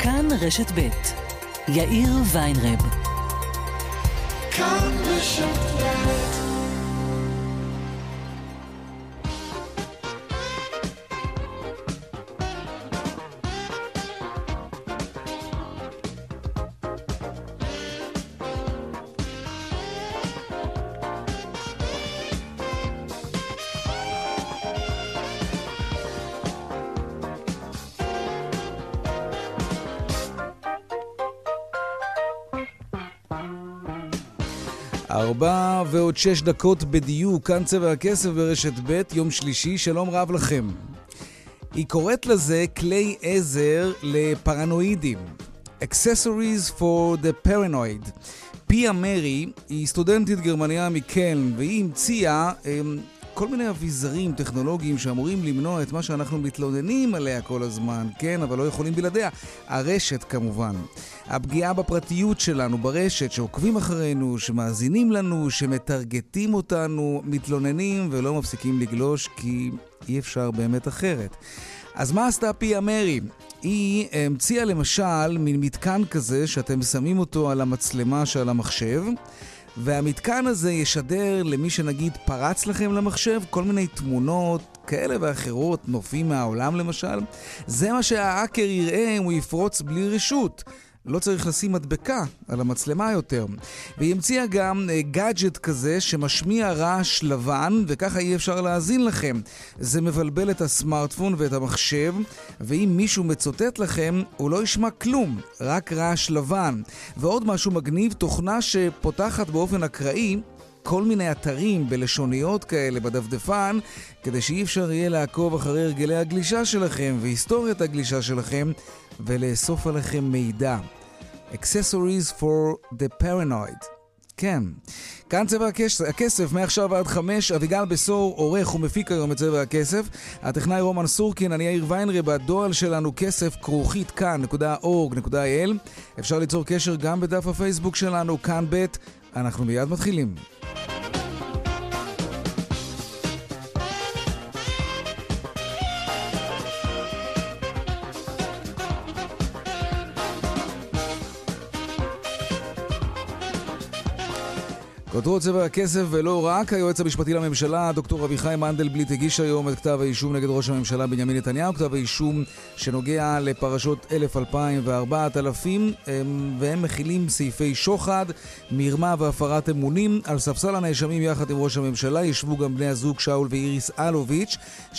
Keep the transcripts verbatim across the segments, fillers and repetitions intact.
כאן רשת ב' יאיר ויינרב. כאן רשת ב'. ארבע ועוד שש דקות בדיוק, כאן צבע הכסף ברשת ב', יום שלישי, שלום רב לכם. היא קוראת לזה כלי עזר לפרנואידים. Accessories for the Paranoid. פיה מרי היא סטודנטית גרמניה מקלן, והיא המציאה כל מיני אביזרים טכנולוגיים שאמורים למנוע את מה שאנחנו מתלוננים עליה כל הזמן, כן, אבל לא יכולים בלעדיה. הרשת כמובן. הפגיעה בפרטיות שלנו ברשת, שעוקבים אחרינו, שמאזינים לנו, שמטרגטים אותנו, מתלוננים ולא מפסיקים לגלוש כי אי אפשר באמת אחרת. אז מה עשתה פיה מרי? היא המציאה למשל מין מתקן כזה שאתם שמים אותו על המצלמה שעל המחשב, והמתקן הזה ישדר למי שנגיד פרץ לכם למחשב כל מיני תמונות כאלה ואחרות, נופים מהעולם למשל. זה מה שההאקר יראה אם הוא יפרוץ בלי רשות. לא צריך לשים מדבקה על המצלמה יותר. והיא המציאה גם גאדג'ט כזה שמשמיע רעש לבן, וככה אי אפשר להאזין לכם. זה מבלבל את הסמארטפון ואת המחשב, ואם מישהו מצוטט לכם, הוא לא ישמע כלום, רק רעש לבן. ועוד משהו מגניב, תוכנה שפותחת באופן אקראי כל מיני אתרים בלשוניות כאלה בדפדפן, כדי שאי אפשר יהיה לעקוב אחרי הרגלי הגלישה שלכם והיסטוריית הגלישה שלכם, ולאסוף עליכם מידע. Accessories for the Paranoid. כן. כאן צבע הכסף, מעכשיו עד חמש, אביגל בסור, עורך ומפיק היום את צבע הכסף. הטכנאי רומן סורקין, אני יאיר ויינרב, הדואל שלנו כסף כרוכית כאן נקודה אורג נקודה איי אל. אפשר ליצור קשר גם בדף הפייסבוק שלנו, כאן ב'. אנחנו מיד מתחילים. כותרות צבע הכסף ולא רק, היועץ המשפטי לממשלה, דוקטור אביחי מנדלבליט, הגיש היום את כתב האישום נגד ראש הממשלה בנימין נתניהו, כתב האישום שנוגע לפרשות אלף, אלפיים וארבעת אלפים, והם מכילים סעיפי שוחד, מרמה והפרת אמונים. על ספסל הנאשמים יחד עם ראש הממשלה ישבו גם בני הזוג שאול ואיריס אלוביץ',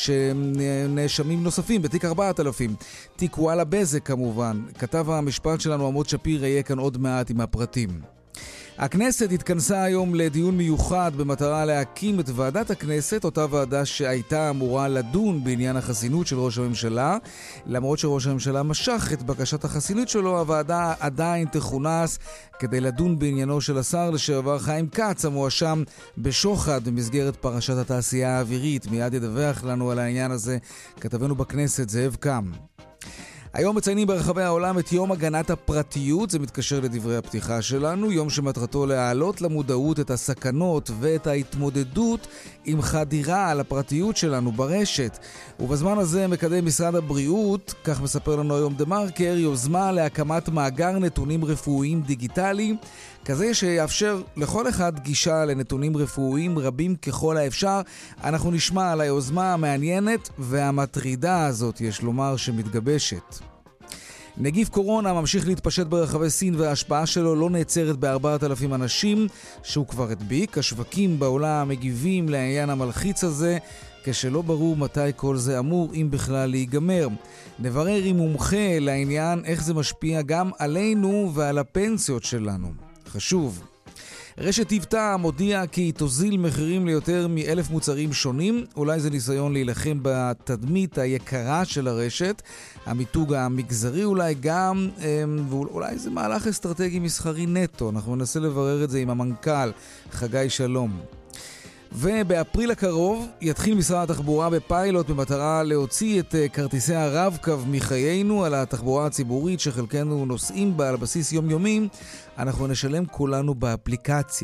שנאשמים נוספים בתיק ארבעת אלפים. תיק וואלה בזק כמובן. כתב המשפט שלנו עמוד שפיר יהיה כאן עוד מעט עם הפרטים. הכנסת התכנסה היום לדיון מיוחד במטרה להקים את ועדת הכנסת, אותה ועדה שהייתה אמורה לדון בעניין החסינות של ראש הממשלה. למרות שראש הממשלה משך את בקשת החסינות שלו, הוועדה עדיין תכונס כדי לדון בעניינו של השר לשעבר חיים כץ, המואשם בשוחד במסגרת פרשת התעשייה האווירית. מיד ידווח לנו על העניין הזה כתבנו בכנסת זאב קם. היום מציינים ברחבי העולם את יום הגנת הפרטיות, זה מתקשר לדברי הפתיחה שלנו, יום שמטרתו להעלות למודעות את הסכנות ואת ההתמודדות עם חדירה על הפרטיות שלנו ברשת. ובזמן הזה מקדם משרד הבריאות, כך מספר לנו היום דה מרקר, יוזמה להקמת מאגר נתונים רפואיים דיגיטלי, כזה שיאפשר לכל אחד גישה לנתונים רפואיים רבים ככל האפשר. אנחנו נשמע על היוזמה המעניינת והמטרידה הזאת, יש לומר, שמתגבשת. נגיף קורונה ממשיך להתפשט ברחבי סין, וההשפעה שלו לא נעצרת ב-ארבעת אלפים אנשים שהוא כבר הדביק. השווקים בעולם מגיבים לעניין המלחיץ הזה, כשלא ברור מתי כל זה אמור, אם בכלל, להיגמר. נברר עם מומחה לעניין איך זה משפיע גם עלינו ועל הפנסיות שלנו. חשוב. רשת טבטה מודיע כי היא תוזיל מחירים ליותר מאלף מוצרים שונים. אולי זה ניסיון להילחם בתדמית היקרה של הרשת, המיתוג המגזרי אולי גם, ואולי זה מהלך אסטרטגי מסחרי נטו. אנחנו ננסה לברר את זה עם המנכ"ל חגי שלום. ובאפריל הקרוב יתחיל משרד התחבורה בפיילוט במטרה להוציא את כרטיסי הרב-קו מחיינו. על התחבורה הציבורית שחלקנו נוסעים בה על בסיס יומיומי, אנחנו נשלם כולנו באפליקציה.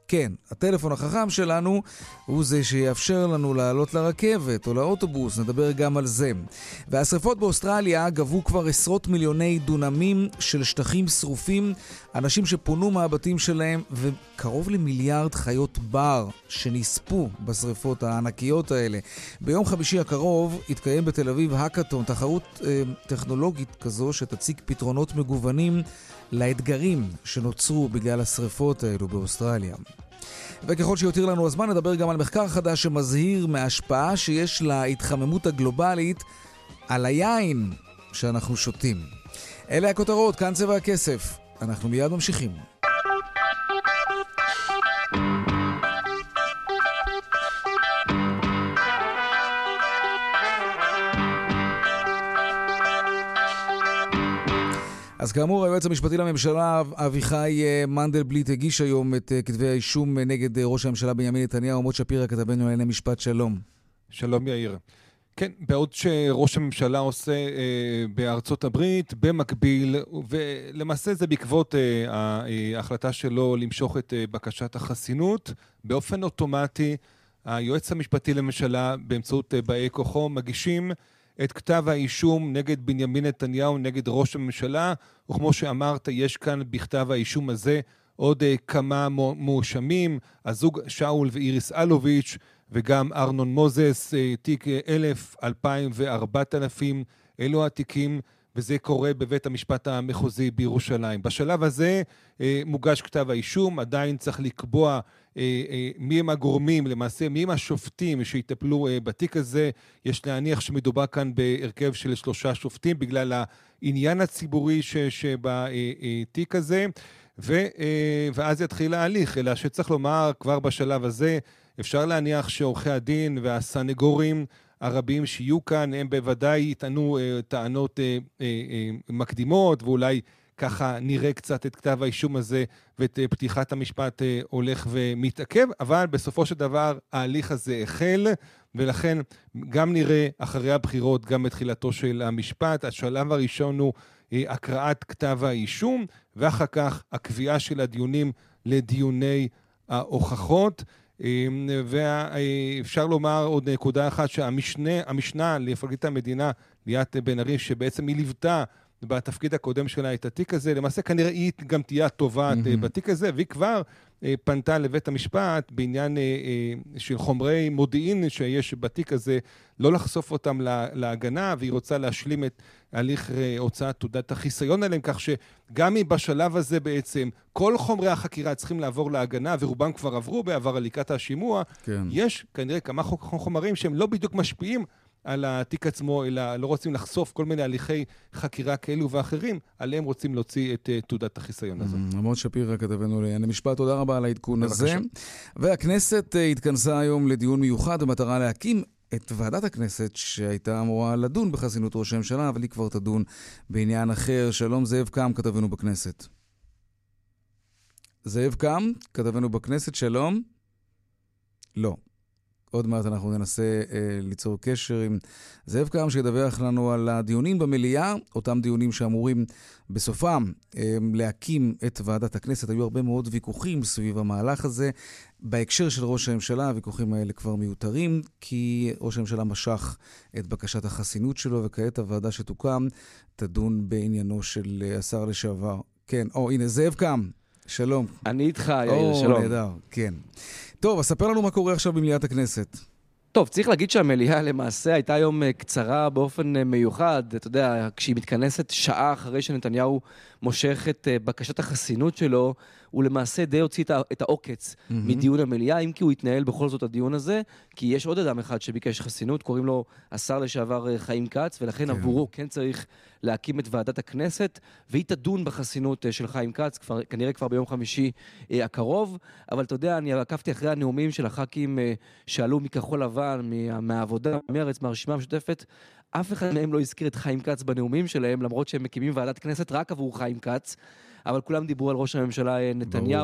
כן, הטלפון החכם שלנו הוא זה שיאפשר לנו לעלות לרכבת או לאוטובוס, נדבר גם על זה. והשריפות באוסטרליה גבו כבר עשרות מיליוני דונמים של שטחים שרופים, אנשים שפונו מהבתים שלהם, וקרוב למיליארד חיות בר שנספו בשריפות הענקיות האלה. ביום חמישי הקרוב יתקיים בתל אביב האקתון, תחרות אה, טכנולוגית כזו שתציג פתרונות מגוונים לאתגרים שנוצרו בגלל השריפות האלו באוסטרליה. וככל שיותיר לנו הזמן, נדבר גם על מחקר חדש שמזהיר מההשפעה שיש להתחממות הגלובלית על היין שאנחנו שותים. אלה הכותרות, כאן צבע הכסף. אנחנו מיד ממשיכים. אז כאמור, היועץ המשפטי לממשלה אביחי מנדלבליט הגיש היום את כתבי האישום נגד ראש הממשלה בנימין נתניהו. מות שפירא כתבנו לענייני משפט, שלום. שלום יאיר. כן, בעוד שראש הממשלה עושה אה, בארצות הברית, במקביל, ולמעשה זה בעקבות אה, ההחלטה שלו למשוך את אה, בקשת החסינות, באופן אוטומטי, היועץ המשפטי לממשלה באמצעות אה, באי כוחו מגישים את כתב האישום נגד בנימין נתניהו, נגד ראש הממשלה, וכמו שאמרת, יש כאן בכתב האישום הזה עוד uh, כמה מואשמים, הזוג שאול ואיריס אלוביץ' וגם ארנון מוזס, uh, תיק אלף, אלפיים וארבעת אלפים, אלו התיקים, וזה קורה בבית המשפט המחוזי בירושלים. בשלב הזה uh, מוגש כתב האישום, עדיין צריך לקבוע uh, uh, מי הם הגורמים, למעשה מי הם השופטים שיטפלו uh, בתיק הזה. יש להניח שמדובר כאן בהרכב של שלושה שופטים, בגלל העניין הציבורי שבתיק uh, uh, הזה, ו, uh, ואז יתחיל ההליך, אלא שצריך לומר כבר בשלב הזה, אפשר להניח שעורכי הדין והסנגורים הרבים שיהיו כאן, הם בוודאי יטענו אה, טענות אה, אה, אה, מקדימות, ואולי ככה נראה קצת את כתב האישום הזה, ואת אה, פתיחת המשפט אה, הולך ומתעכב, אבל בסופו של דבר ההליך הזה החל, ולכן גם נראה אחרי הבחירות, גם בתחילתו של המשפט. השלב הראשון הוא אה, הקראת כתב האישום, ואחר כך הקביעה של הדיונים לדיוני ההוכחות, ואפשר לומר עוד נקודה אחת, שהמשנה, המשנה לפרקליט המדינה ליאת בן ארי, שבעצם היא ליוותה בתפקיד הקודם שלה את התיק הזה, למעשה כנראה היא גם תהיה התובעת mm-hmm. בתיק הזה, והיא כבר פנתה לבית המשפט בעניין של חומרי מודיעין שיש בתיק הזה, לא לחשוף אותם להגנה, והיא רוצה להשלים את הליך הוצאת תעודת החיסיון עליהם, כך שגם אם בשלב הזה בעצם כל חומרי החקירה צריכים לעבור להגנה, ורובם כבר עברו בעבר הליקת השימוע, כן. יש כנראה כמה חומרים שהם לא בדיוק משפיעים על התיק עצמו, אלא לא רוצים לחשוף כל מיני הליכי חקירה כאלו ואחרים, עליהם רוצים להוציא את תעודת החיסיון הזאת. מות שפירא כתבנו לענייני משפט, תודה רבה על העדכון הזה. והכנסת התכנסה היום לדיון מיוחד במטרה להקים את ועדת הכנסת שהייתה אמורה לדון בחסינות ראש הממשלה, אבל היא כבר תדון בעניין אחר. שלום זאב קם, כתבנו בכנסת. זאב קם, כתבנו בכנסת, שלום. לא. עוד מעט אנחנו ננסה אה, ליצור קשר עם זאב קם שידווח לנו על הדיונים במליאה, אותם דיונים שאמורים בסופם אה, להקים את ועדת הכנסת. היו הרבה מאוד ויכוחים סביב המהלך הזה. בהקשר של ראש הממשלה, הוויכוחים האלה כבר מיותרים, כי ראש הממשלה משך את בקשת החסינות שלו, וכעת הוועדה שתוקם תדון בעניינו של אה, השר לשעבר. כן, או הנה זאב קם, שלום. אני איתך, יאיר, שלום. או, נהדר, כן. טוב, אז ספר לנו מה קורה עכשיו במליאת הכנסת. טוב, צריך להגיד שהמליאה למעשה הייתה היום קצרה באופן מיוחד. אתה יודע, כשהיא מתכנסת שעה אחרי שנתניהו מושך את בקשת החסינות שלו, הוא למעשה די הוציא את העוקץ mm-hmm. מדיון המליאה, אם כי הוא התנהל בכל זאת הדיון הזה, כי יש עוד אדם אחד שביקש חסינות, קוראים לו השר לשעבר חיים כץ, ולכן כן. עבורו כן צריך להקים את ועדת הכנסת, והיא תדון בחסינות של חיים כץ, כבר, כנראה כבר ביום חמישי אה, הקרוב, אבל אתה יודע, אני עקבתי אחרי הנאומים של הח"כים אה, שעלו מכחול לבן, מה, מהעבודה, מהארץ, מהרשימה המשותפת, אף אחד מהם לא הזכיר את חיים כץ בנאומים שלהם, למרות שהם מקימים ועדת כנסת רק עבור חיים כץ, אבל כולם דיברו על ראש הממשלה נתניהו, ברור.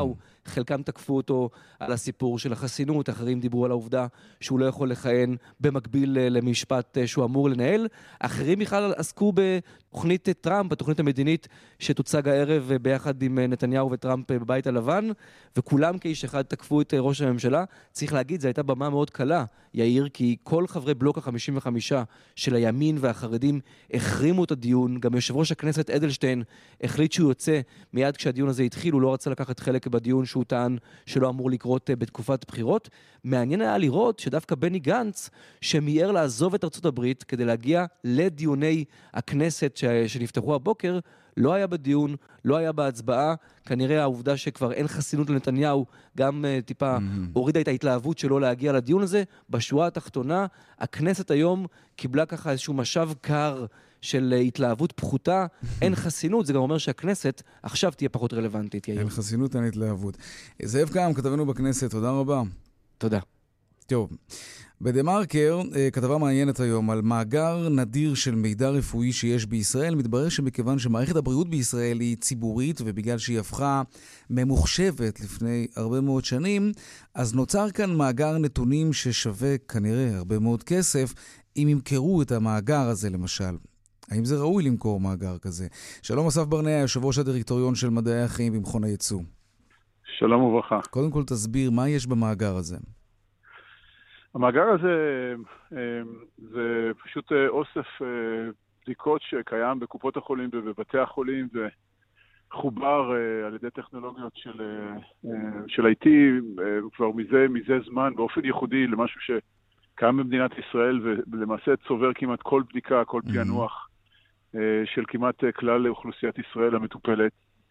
חלקם תקפו אותו על הסיפור של החסינות, אחרים דיברו על העובדה שהוא לא יכול לכהן במקביל למשפט שהוא אמור לנהל, אחרים בכלל עסקו בתוכנית טראמפ, בתוכנית המדינית שתוצג הערב ביחד עם נתניהו וטראמפ בבית הלבן, וכולם כאיש אחד תקפו את ראש הממשלה. צריך להגיד, זו הייתה במה מאוד קלה, יאיר, כי כל חברי בלוק ה-חמישים וחמש של הימין והחרדים החרימו את הדיון, גם יושב ראש הכנסת אדלשטיין החליט שהוא יוצא מיד כשהדיון הזה התחיל, הוא לא רצה לקחת חלק בדיון שהוא טען שלא אמור לקרות בתקופת בחירות. מעניין היה לראות שדווקא בני גנץ, שמיהר לעזוב את ארצות הברית כדי להגיע לדיוני הכנסת שנפתחו הבוקר, לא היה בדיון, לא היה בהצבעה. כנראה העובדה שכבר אין חסינות לנתניהו גם uh, טיפה mm-hmm. הורידה את ההתלהבות שלו להגיע לדיון הזה. בשורה התחתונה, הכנסת היום קיבלה ככה איזשהו משב קר של התלהבות פחותה, אין חסינות, זה גם אומר שהכנסת עכשיו תהיה פחות רלוונטית. אין חסינות, אין התלהבות. זאב קם, כתבנו בכנסת, תודה רבה. תודה. טוב. בדמרקר, כתבה מעניינת היום על מאגר נדיר של מידע רפואי שיש בישראל. מתברר שמכיוון שמערכת הבריאות בישראל היא ציבורית, ובגלל שהיא הפכה ממוחשבת לפני הרבה מאוד שנים, אז נוצר כאן מאגר נתונים ששווה כנראה הרבה מאוד כסף, אם ימכרו את המאגר הזה למשל. האם זה ראוי למכור מאגר כזה? שלום אסף ברנע, יושב ראש הדירקטוריון של מדעי החיים במכון הייצוא. שלום וברכה. קודם כל תסביר מה יש במאגר הזה. המאגר הזה זה פשוט אוסף בדיקות שקיים בקופות החולים ובבתי החולים, וחובר על ידי טכנולוגיות של, של איי טי כבר מזה, מזה זמן באופן ייחודי למשהו שקיים במדינת ישראל, ולמעשה צובר כמעט כל בדיקה, כל פענוח של כמעט כלל אוכלוסיית ישראל המטופלת.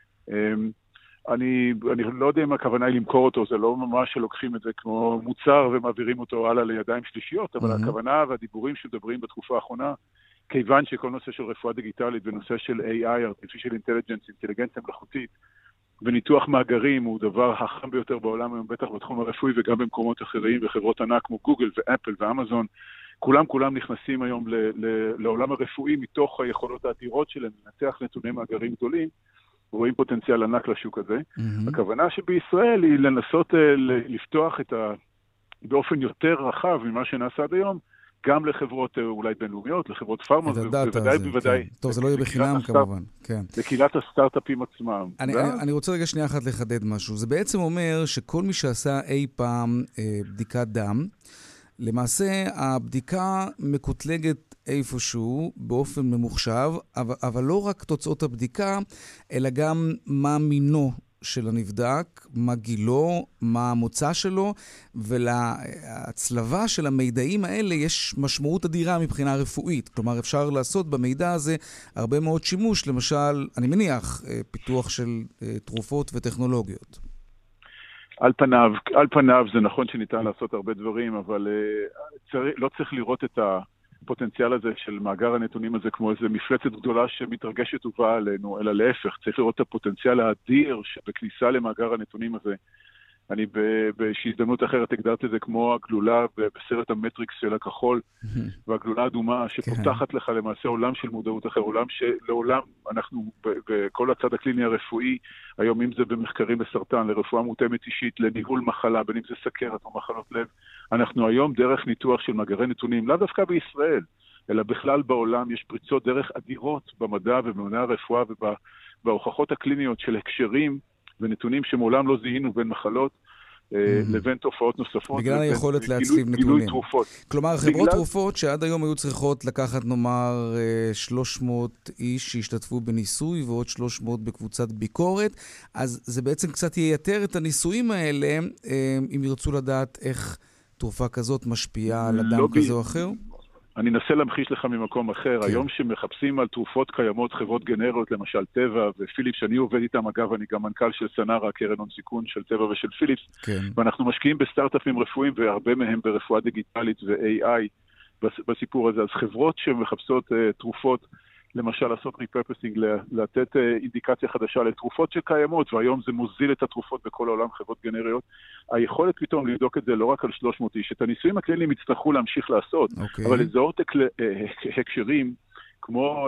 אני, אני לא יודע אם הכוונה היא למכור אותו, זה לא ממש שלוקחים את זה כמו מוצר ומעבירים אותו הלאה לידיים שלישיות, אבל mm-hmm. הכוונה והדיבורים שדברים בתקופה האחרונה, כיוון שכל נושא של רפואה דיגיטלית ונושא של איי איי, Artificial Intelligence, אינטליגנציה מלאכותית, וניתוח מאגרים הוא דבר החם ביותר בעולם היום, בטח בתחום הרפואי וגם במקומות אחרים, וחברות ענק כמו גוגל ואפל ואמזון, כולם כולם נכנסים היום ל, ל, לעולם הרפואי מתוך היכולות האדירות שלהם, לנתח נתוני מאגרים גדולים, רואים פוטנציאל ענק לשוק הזה. Mm-hmm. הכוונה שבישראל היא לנסות uh, לפתוח את ה... באופן יותר רחב ממה שנעשה עד היום, גם לחברות uh, אולי בינלאומיות, לחברות פארמה, ובוודאי, בוודאי. כן. טוב, זה לא יהיה בחינם כמובן. כן. לקהילת הסטארט-אפים עצמם. אני, אני, אני רוצה רגע שנייה אחת לחדד משהו. זה בעצם אומר שכל מי שעשה אי פעם אה, בדיקת דם, למעשה הבדיקה מקוטלגת איפשהו באופן ממוחשב, אבל, אבל לא רק תוצאות הבדיקה, אלא גם מה מינו של הנבדק, מה גילו, מה המוצא שלו, ולהצלבה של המידעים האלה יש משמעות אדירה מבחינה רפואית. כלומר, אפשר לעשות במידע הזה הרבה מאוד שימוש, למשל, אני מניח, פיתוח של תרופות וטכנולוגיות. על פניו, על פניו זה נכון שניתן לעשות הרבה דברים, אבל uh, צר, לא צריך לראות את הפוטנציאל הזה של מאגר הנתונים הזה כמו איזו מפלצת גדולה שמתרגשת ובאה עלינו, אלא להפך, צריך לראות את הפוטנציאל האדיר שבכניסה למאגר הנתונים הזה. אני באיזושהי הזדמנות אחרת הגדרתי את זה כמו הגלולה בסרט המטריקס של הכחול, והגלולה האדומה שפותחת לך למעשה עולם של מודעות אחר, עולם שלעולם אנחנו בכל הצד הקליני הרפואי, היום אם זה במחקרים בסרטן, לרפואה מותאמת אישית, לניהול מחלה, בין אם זה סכרת או מחלות לב, אנחנו היום דרך ניתוח של מאגרי נתונים, לא דווקא בישראל, אלא בכלל בעולם יש פריצות דרך אדירות במדע ובמדע הרפואה ובהוכחות הקליניות של הקשרים ונתונים שמעולם לא זיהינו בין מחלות לבין תופעות נוספות. בגלל היכולת להצליב נתונים. כלומר, חברות תרופות שעד היום היו צריכות לקחת, נאמר, שלוש מאות איש שהשתתפו בניסוי ועוד שלוש מאות בקבוצת ביקורת, אז זה בעצם קצת ייתר את הניסויים האלה, אם ירצו לדעת איך תרופה כזאת משפיעה על אדם כזה או אחר? אני אנסה להמחיש לך ממקום אחר. כן. היום שמחפשים על תרופות קיימות, חברות גנריות, למשל טבע ופיליפס, שאני עובד איתם, אגב, אני גם מנכ"ל של סנרה, קרן הון סיכון של טבע ושל פיליפס, כן. ואנחנו משקיעים בסטארט-אפים רפואיים, והרבה מהם ברפואה דיגיטלית ו-איי איי בסיפור הזה. אז חברות שמחפשות uh, תרופות, למשל לעשות ריפרפסינג, לתת אינדיקציה חדשה לתרופות שקיימות, והיום זה מוזיל את התרופות בכל העולם, חברות גנריות. היכולת פתאום לבדוק את זה לא רק על שלוש מאות איש, את הניסויים הקליניים יצטרכו להמשיך לעשות, okay. אבל לזהות הקשרים כמו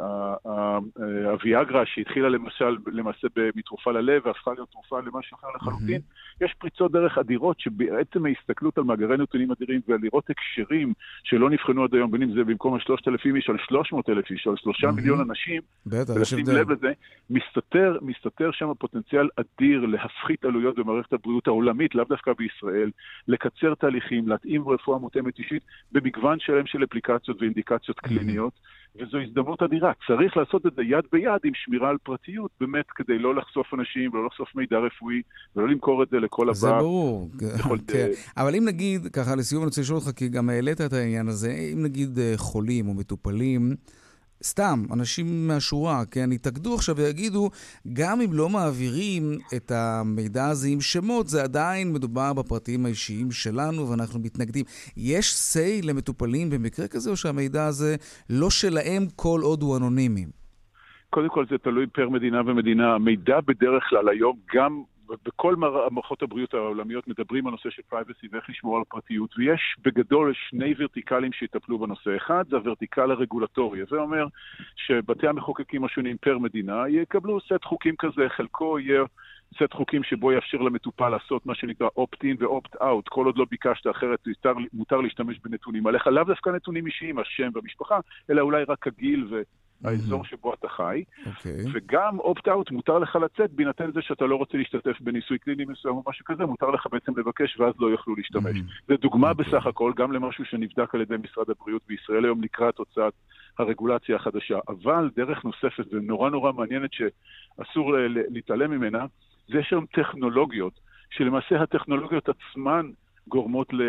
הוויאגרה שהתחילה למשל למעשה מתרופה ללב והפכה להיות תרופה למשהו אחר לחלוטין, יש פריצות דרך אדירות שבעצם ההסתכלות על מאגרי נתונים אדירים ועל לראות הקשרים שלא נבחנו עד היום, בין אם זה במקום שלושת אלפים איש על שלוש מאות אלף איש, על שלושה מיליון אנשים, ולשים לב לזה, מסתתר, מסתתר שם הפוטנציאל אדיר להפחית עלויות במערכת הבריאות העולמית, לאו דווקא בישראל, לקצר תהליכים, להתאים רפואה מותאמת אישית במגוון שלם של אפליקציות ואינדיקציות קליניות, וזו הזדמנות אדירה. צריך לעשות את זה יד ביד עם שמירה על פרטיות, באמת כדי לא לחשוף אנשים, לא לחשוף מידע רפואי, ולא למכור את זה לכל הבא. זה ברור. כן. אבל אם נגיד, ככה לסיום אני רוצה לשאול אותך, כי גם העלית את העניין הזה, אם נגיד חולים או מטופלים, סתם, אנשים מהשורה, כן, יתאגדו עכשיו ויגידו, גם אם לא מעבירים את המידע הזה עם שמות, זה עדיין מדובר בפרטים האישיים שלנו, ואנחנו מתנגדים. יש סי למטופלים במקרה כזה, או שהמידע הזה לא שלהם כל עוד הוא אנונימי? קודם כל זה תלוי פר מדינה ומדינה. המידע בדרך כלל היום גם בכל מערכות הבריאות העולמיות מדברים על נושא של privacy ואיך לשמור על פרטיות, ויש בגדול שני ורטיקלים שיטפלו בנושא. אחד זה הוורטיקל הרגולטורי, זה אומר שבתי המחוקקים השונים פר מדינה יקבלו סט חוקים כזה, חלקו יהיה סט חוקים שבו יאפשר למטופל לעשות מה שנקרא opt-in ו-opt-out, כל עוד לא ביקשת אחרת מותר, מותר להשתמש בנתונים עליך, לאו דווקא נתונים אישיים, השם והמשפחה, אלא אולי רק הגיל ו... האזור שבו אתה חי, okay. וגם opt-out מותר לך לצאת, בהינתן זה שאתה לא רוצה להשתתף בניסוי קליני מסוים או משהו כזה, מותר לך בעצם לבקש ואז לא יוכלו להשתמש. Mm-hmm. זה דוגמה okay. בסך הכל, גם למשהו שנבדק על ידי משרד הבריאות בישראל היום לקראת הוצאת הרגולציה החדשה, אבל דרך נוספת ונורא נורא מעניינת שאסור להתעלם ממנה, זה שם טכנולוגיות, שלמעשה הטכנולוגיות עצמן גורמות ל...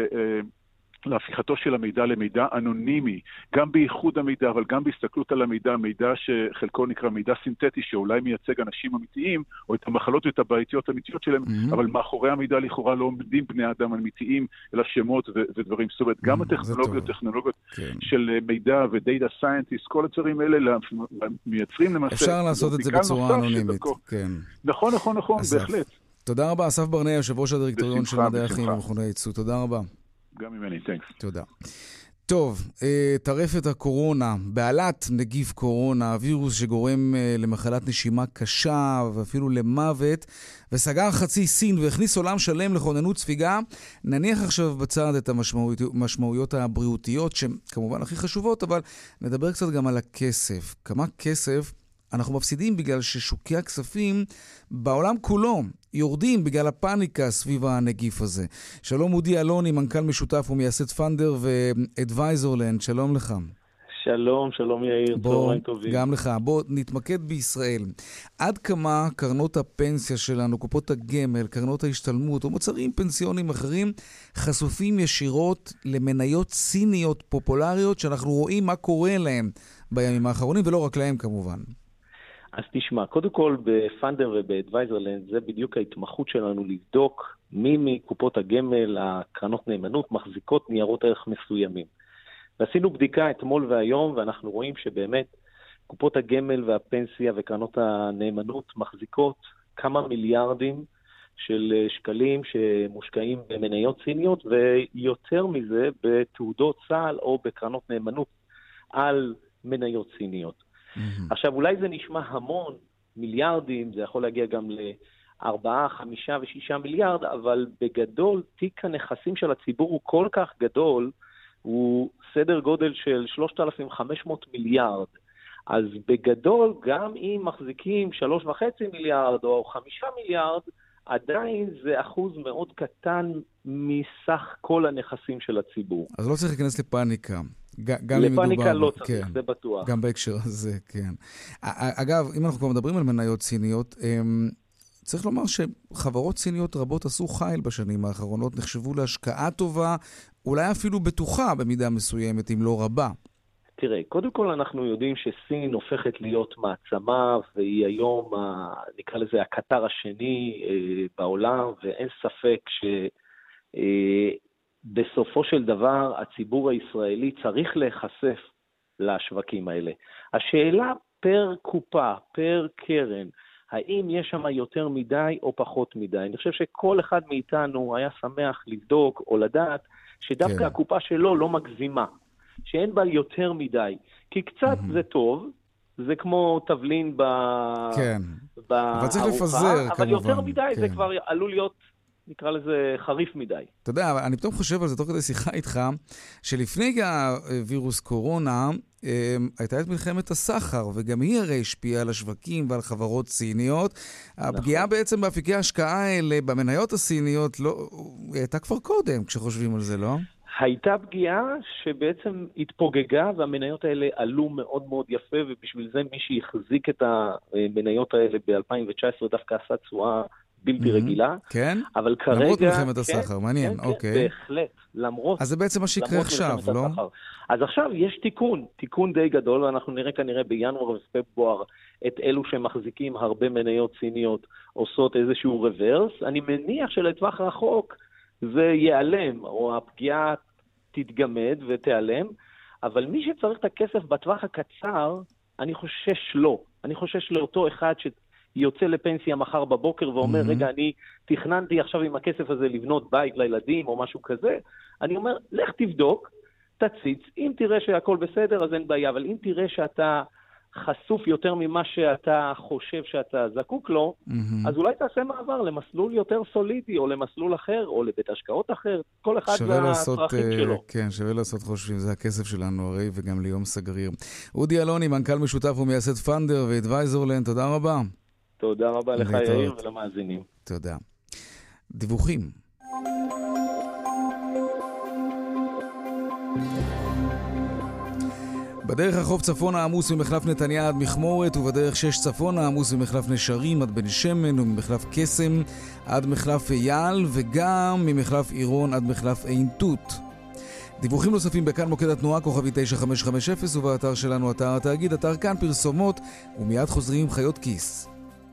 להפיכתו של המידע למידע אנונימי, גם בייחוד המידע, אבל גם בהסתכלות על המידע, מידע שחלקו נקרא מידע סינתטי, שאולי מייצג אנשים אמיתיים, או את המחלות ואת הבעייתיות האמיתיות שלהם, mm-hmm. אבל מאחורי המידע לכאורה לא עומדים בני אדם אמיתיים, אלא שמות ו- ודברים. זאת אומרת, גם mm-hmm. הטכנולוגיות, טכנולוגיות כן. של מידע ודאטה סיינטיסט, כל הדברים האלה מייצרים למעשה... אפשר לעשות את זה בצורה אנונימית, כן. נכון, נכון, נכון, בהחלט. תודה רבה, אסף ברנע, יושב ראש הדירקטוריון של מדעי החיים ומכוני הייצוא. תודה רבה. גם ממני, תנקס. תודה. טוב, טרפת הקורונה, בעלת נגיף קורונה, הווירוס שגורם למחלת נשימה קשה ואפילו למוות, וסגר חצי סין והכניס עולם שלם לכוננות ספיגה. נניח עכשיו בצד את המשמעויות הבריאותיות, שהן כמובן הכי חשובות, אבל נדבר קצת גם על הכסף. כמה כסף אנחנו מפסידים בגלל ששוקי הכספים בעולם כולו יורדים בגלל הפאניקה סביב הנגיף הזה. שלום אודי אלוני, מנכ"ל משותף ומייסד פנדר ואדוויזורלנד, שלום לך. שלום, שלום יאיר, צהריים טובים. גם לך. בוא נתמקד בישראל. עד כמה קרנות הפנסיה שלנו, קופות הגמל, קרנות ההשתלמות או מוצרים פנסיונים אחרים חשופים ישירות למניות סיניות פופולריות שאנחנו רואים מה קורה להם בימים האחרונים, ולא רק להם כמובן. אז תשמע, קודם כל בפנדר ובאדוויזורלנד זה בדיוק ההתמחות שלנו לבדוק מי מקופות הגמל, הקרנות נאמנות, מחזיקות ניירות ערך מסוימים. ועשינו בדיקה אתמול והיום, ואנחנו רואים שבאמת קופות הגמל והפנסיה וקרנות הנאמנות מחזיקות כמה מיליארדים של שקלים שמושקעים במניות סיניות, ויותר מזה בתעודות צה"ל או בקרנות נאמנות על מניות סיניות. עכשיו, אולי זה נשמע המון, מיליארדים, זה יכול להגיע גם לארבעה, חמישה ושישה מיליארד, אבל בגדול, תיק הנכסים של הציבור הוא כל כך גדול, הוא סדר גודל של שלושת אלפים וחמש מאות מיליארד. אז בגדול, גם אם מחזיקים שלוש וחצי מיליארד או חמישה מיליארד, עדיין זה אחוז מאוד קטן מסך כל הנכסים של הציבור. אז לא צריך להיכנס לפאניקה. לפאניקה לא צריך, זה בטוח. גם בהקשר הזה, כן. אגב, אם אנחנו כבר מדברים על מניות סיניות, צריך לומר שחברות סיניות רבות עשו חייל בשנים האחרונות, נחשבו להשקעה טובה, אולי אפילו בטוחה במידה מסוימת, אם לא רבה. תראה, קודם כל אנחנו יודעים שסין הופכת להיות מעצמה, והיא היום, נקרא לזה, הקטר השני בעולם, ואין ספק ש... בסופו של דבר, הציבור הישראלי צריך להיחשף לשווקים האלה. השאלה פר קופה, פר קרן, האם יש שם יותר מדי או פחות מדי? אני חושב שכל אחד מאיתנו היה שמח לבדוק או לדעת שדווקא כן. הקופה שלו לא מגזימה. שאין בה יותר מדי. כי קצת זה טוב, זה כמו תבלין ב... כן. אבל צריך לפזר, כמובן. אבל יותר מדי זה כבר עלול להיות, נקרא לזה, חריף מדי. אתה יודע, אני פתאום חושב על זה תוך כדי שיחה איתך, שלפני הווירוס קורונה, הייתה את מלחמת הסחר, וגם היא הרי השפיעה על השווקים ועל חברות סיניות. הפגיעה בעצם באפיקי ההשקעה האלה, במניות הסיניות, הייתה כבר קודם, כשחושבים על זה, לא? הייתה פגיעה שבעצם התפוגגה, והמניות האלה עלו מאוד מאוד יפה, ובשביל זה מי שהחזיק את המניות האלה ב-אלפיים תשע עשרה דווקא עשה תשואה בלתי רגילה. כן? אבל כרגע... למרות מלחמת הסחר, מעניין, אוקיי. כן, בהחלט, למרות... אז זה בעצם מה שיקרה עכשיו, לא? אז עכשיו יש תיקון, תיקון די גדול, ואנחנו נראה כנראה בינואר ופברואר את אלו שמחזיקים הרבה מניות סיניות עושות איזשהו רוורס. אני מניח שלטווח רחוק זה ייעלם, או הפגיעה תתגמד ותיעלם, אבל מי שצריך את הכסף בטווח הקצר, אני חושש לא. אני חושש לאותו אחד שיוצא לפנסיה מחר בבוקר ואומר, mm-hmm. רגע, אני תכננתי עכשיו עם הכסף הזה לבנות בית לילדים או משהו כזה. אני אומר, לך תבדוק, תציץ, אם תראה שהכל בסדר, אז אין בעיה, אבל אם תראה שאתה חשוף יותר ממה שאתה חושב שאתה זקוק לו, mm-hmm. אז אולי תעשה מעבר למסלול יותר סולידי, או למסלול אחר, או לבית השקעות אחר, כל אחד והצרכים שלו. כן, שווה לעשות חושבים, זה הכסף שלנו הרי, וגם ליום סגריר. אודי אלוני, מנכ"ל משותף ומייסד פנדר ואדוויזורלנד, תודה רבה. תודה רבה לך יאיר ולמאזינים. תודה. דיווחים. בדרך החוף צפונה עמוס ממחלף נתניה עד מכמורת, ובדרך שש צפונה עמוס ממחלף נשרים עד בן שמן, וממחלף קסם עד מחלף אייל, וגם ממחלף עירון עד מחלף עין תות. דיווחים נוספים בכאן מוקד התנועה כוכבי תשע חמש חמש אפס, ובאתר שלנו אתר התאגיד, אתר כאן פרסומות, ומיד חוזרים עם חיות כיס.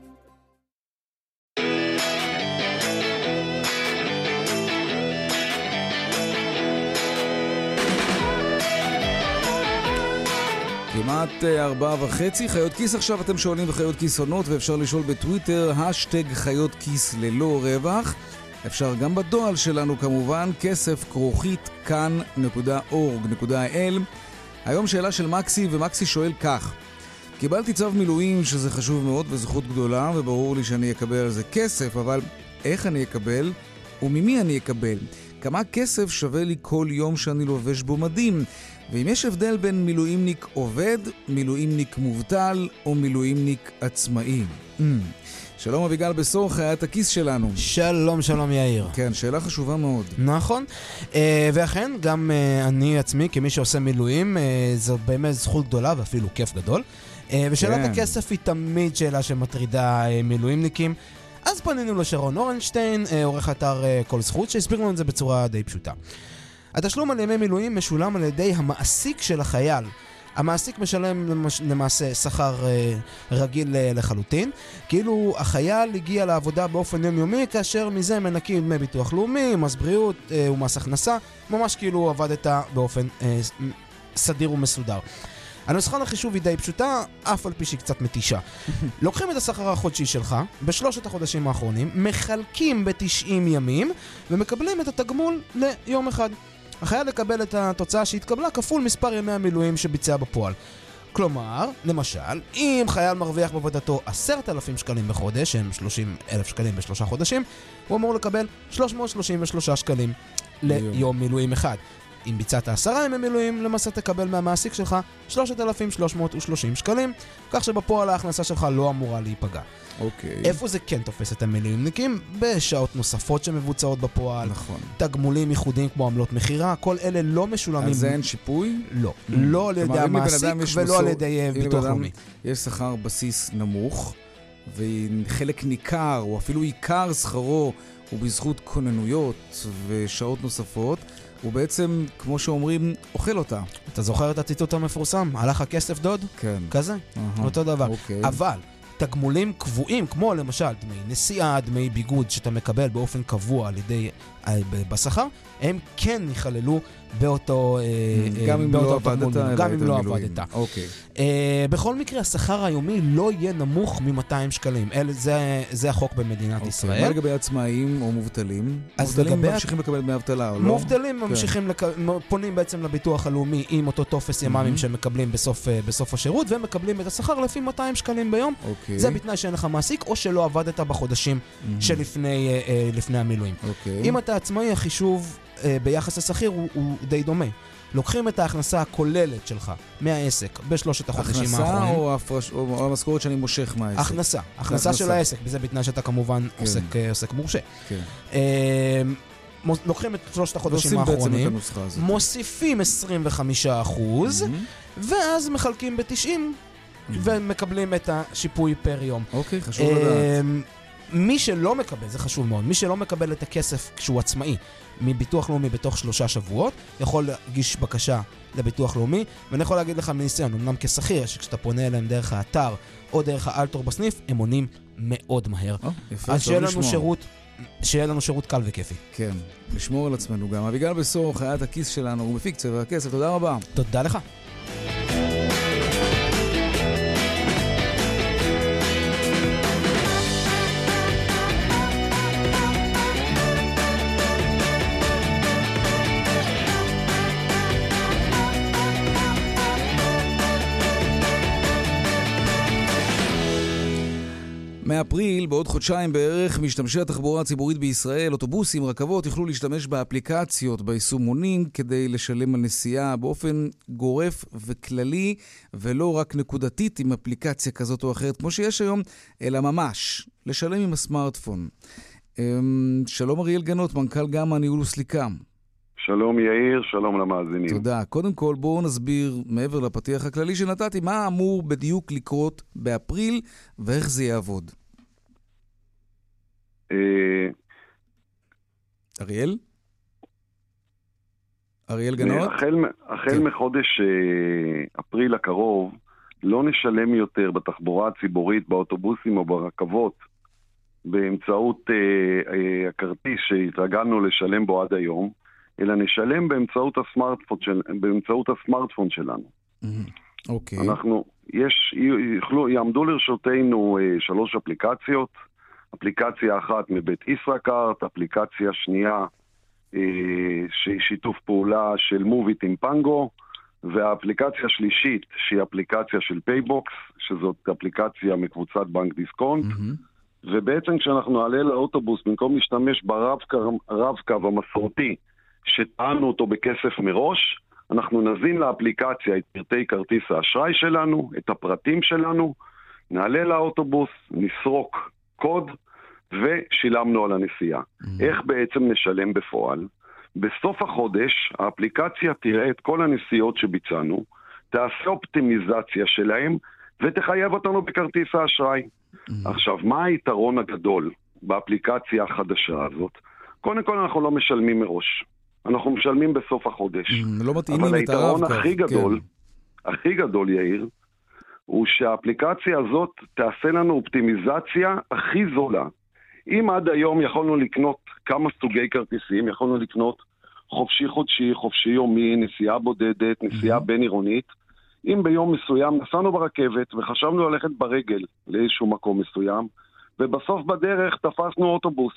כמעט ארבעה וחצי, חיות כיס עכשיו אתם שואלים בחיות כיס עונות, ואפשר לשאול בטוויטר, השטג חיות כיס ללא רווח. אפשר גם בדואל שלנו כמובן, כסף כרוכית כאן נקודה אורג נקודה איי אל. היום שאלה של מקסי, ומקסי שואל כך: קיבלתי צו מילואים שזה חשוב מאוד וזכות גדולה, וברור לי שאני אקבל על זה כסף, אבל איך אני אקבל וממי אני אקבל? כמה כסף שווה לי כל יום שאני לובש בו מדים? ואם יש הבדל בין מילואימניק עובד, מילואימניק מובטל או מילואימניק עצמאי. Mm. שלום אביגל בסור, חיית הכיס שלנו. שלום, שלום יאיר. כן, שאלה חשובה מאוד. נכון, ואכן גם אני עצמי כמי שעושה מילואים, זו באמת זכות גדולה ואפילו כיף גדול. ושאלת כן. הכסף היא תמיד שאלה שמטרידה מילואימניקים. אז פנינו לשרון אורנשטיין, עורך אתר כל זכות, שהסביר לנו את זה בצורה די פשוטה. התשלום על ימי מילואים משולם על ידי המעסיק של החייל. המעסיק משלם למעשה שכר רגיל לחלוטין, כאילו החייל הגיע לעבודה באופן יומיומי, כאשר מזה מנקים דמי ביטוח לאומי, מס בריאות ומס הכנסה, ממש כאילו הוא עבדת באופן סדיר ומסודר. הנוסחה לחישוב היא די פשוטה, אף על פי שהיא קצת מתישה. לוקחים את השכר החודשי שלך, בשלושת החודשים האחרונים, מחלקים ב-תשעים ימים, ומקבלים את התגמול ליום אחד. החייל לקבל את התוצאה שהתקבלה כפול מספר ימי המילואים שביצע בפועל. כלומר, למשל, אם חייל מרוויח בעבודתו עשרת אלפים שקלים בחודש, שהם שלושים אלף שקלים בשלושה חודשים, הוא אמור לקבל שלוש מאות שלושים ושלושה שקלים ליום מילואים אחד. אם ביצעת עשרה ימי מילואים, למעשה תקבל מהמעסיק שלך שלושת אלפים שלוש מאות ושלושים שקלים, כך שבפועל ההכנסה שלך לא אמורה להיפגע. אוקיי. איפה זה כן תופס את המילואימניקים? בשעות נוספות שמבוצעות בפועל. נכון. תגמולים ייחודיים כמו עמלות מחירה, כל אלה לא משולמים. על זה אין שיפוי? לא. לא על ידי המעסיק ולא על ידי ביטוח לאומי. יש שכר בסיס נמוך, וחלק ניכר, או אפילו עיקר שכרו, הוא בזכות כוננויות ושעות נוספות, הוא בעצם, כמו שאומרים, אוכל אותה. אתה זוכר את הציטוט המפורסם? הלך הכסף דוד? כן. כזה? אותו דבר. אוקיי. אבל תגמולים קבועים, כמו למשל דמי נסיעה, דמי ביגוד, שאתה מקבל באופן קבוע על ידי בשכר, הם כן יכללו באותו... גם אם לא עבדת. גם אם לא עבדת. אוקיי. בכל מקרה, השכר היומי לא יהיה נמוך מ-מאתיים שקלים. זה החוק במדינת ישראל. מה לגבי עצמאים או מובטלים? מובטלים ממשיכים לקבל דמי אבטלה, או לא? מובטלים ממשיכים, פונים בעצם לביטוח הלאומי עם אותו טופס ימ"מים שהם מקבלים בסוף השירות, והם מקבלים את השכר לפי מאתיים שקלים ביום. זה בתנאי שאין לך מעסיק, או שלא עבדת בחודשים שלפני המילואים. אם אתה עצמאי, החישוב ביחס לשכיר הוא, הוא די דומה. לוקחים את ההכנסה הכוללת שלך מהעסק בשלושת החודשים האחרונים. הכנסה או, הפרש, או המשכורת שאני מושך מהעסק? הכנסה. הכנסה של העסק, וזה בתנאי שאתה כמובן כן. עוסק, עוסק מורשה. כן. לוקחים את שלושת החודשים האחרונים, מוסיפים עשרים וחמישה אחוז, mm-hmm. ואז מחלקים ב-תשעים, mm-hmm. ומקבלים את השיפוי פר יום. אוקיי, חשוב לדעת. מי שלא מקבל, זה חשוב מאוד, מי שלא מקבל את הכסף כשהוא עצמאי מביטוח לאומי בתוך שלושה שבועות, יכול להגיש בקשה לביטוח לאומי, ואני יכול להגיד לך מניסיון, אמנם כשכיר, שכשאתה פונה אליהם דרך האתר או דרך האלתור בסניף, הם עונים מאוד מהר. אז שיהיה לנו שירות, שיהיה לנו שירות קל וכיפי. כן, לשמור על עצמנו גם. אביגל בשור, חיית הכיס שלנו, הוא מפיק צבע הכסף, תודה רבה. תודה לך. מאפריל, בעוד חודשיים בערך, משתמשי התחבורה הציבורית בישראל, אוטובוסים, רכבות, יוכלו להשתמש באפליקציות, ביישומונים, כדי לשלם על נסיעה באופן גורף וכללי, ולא רק נקודתית עם אפליקציה כזאת או אחרת, כמו שיש היום, אלא ממש, לשלם עם הסמארטפון. שלום אריאל גנות, מנכ"ל גמא ניהול וסליקה. שלום יאיר, שלום למאזינים. תודה. קודם כל בואו נסביר מעבר לפתיח הכללי שנתתי, מה אמור בדיוק לקרות באפריל ואיך זה יעבוד. אריאל? אריאל גנות? החל מחודש אפריל הקרוב לא נשלם יותר בתחבורה הציבורית, באוטובוסים או ברכבות, באמצעות הכרטיס שהתרגלנו לשלם בו עד היום, אלא נשלם באמצעות הסמארטפון, של, באמצעות הסמארטפון שלנו. אוקיי. Okay. אנחנו, יש, יוכלו, יעמדו לרשותנו אה, שלוש אפליקציות. אפליקציה אחת מבית ישראכרט, אפליקציה שנייה אה, שהיא שיתוף פעולה של מוביט עם פנגו, והאפליקציה שלישית שהיא אפליקציה של פייבוקס, שזאת אפליקציה מקבוצת בנק דיסקונט. Mm-hmm. ובעצם כשאנחנו נעלה לאוטובוס, במקום להשתמש ברב-קו המסורתי, שטענו אותו בכסף מראש, אנחנו נזין לאפליקציה את פרטי כרטיס האשראי שלנו, את הפרטים שלנו, נעלה לאוטובוס, נסרוק קוד, ושילמנו על הנסיעה. Mm-hmm. איך בעצם נשלם בפועל? בסוף החודש, האפליקציה תראה את כל הנסיעות שביצענו, תעשה אופטימיזציה שלהם, ותחייב אותנו בכרטיס האשראי. Mm-hmm. עכשיו, מה היתרון הגדול באפליקציה החדשה הזאת? קודם כל אנחנו לא משלמים מראש. אנחנו משלמים בסוף החודש. לא מתאימים אבל את הרב-קו. היתרון הכי גדול, כן. הכי גדול יאיר, הוא שהאפליקציה הזאת תעשה לנו אופטימיזציה הכי זולה. אם עד היום יכולנו לקנות כמה סוגי כרטיסים, יכולנו לקנות חופשי חודשי, חופשי יומי, נסיעה בודדת, נסיעה בין עירונית, אם ביום מסוים נסענו ברכבת וחשבנו ללכת ברגל לאיזשהו מקום מסוים, ובסוף בדרך תפסנו אוטובוס.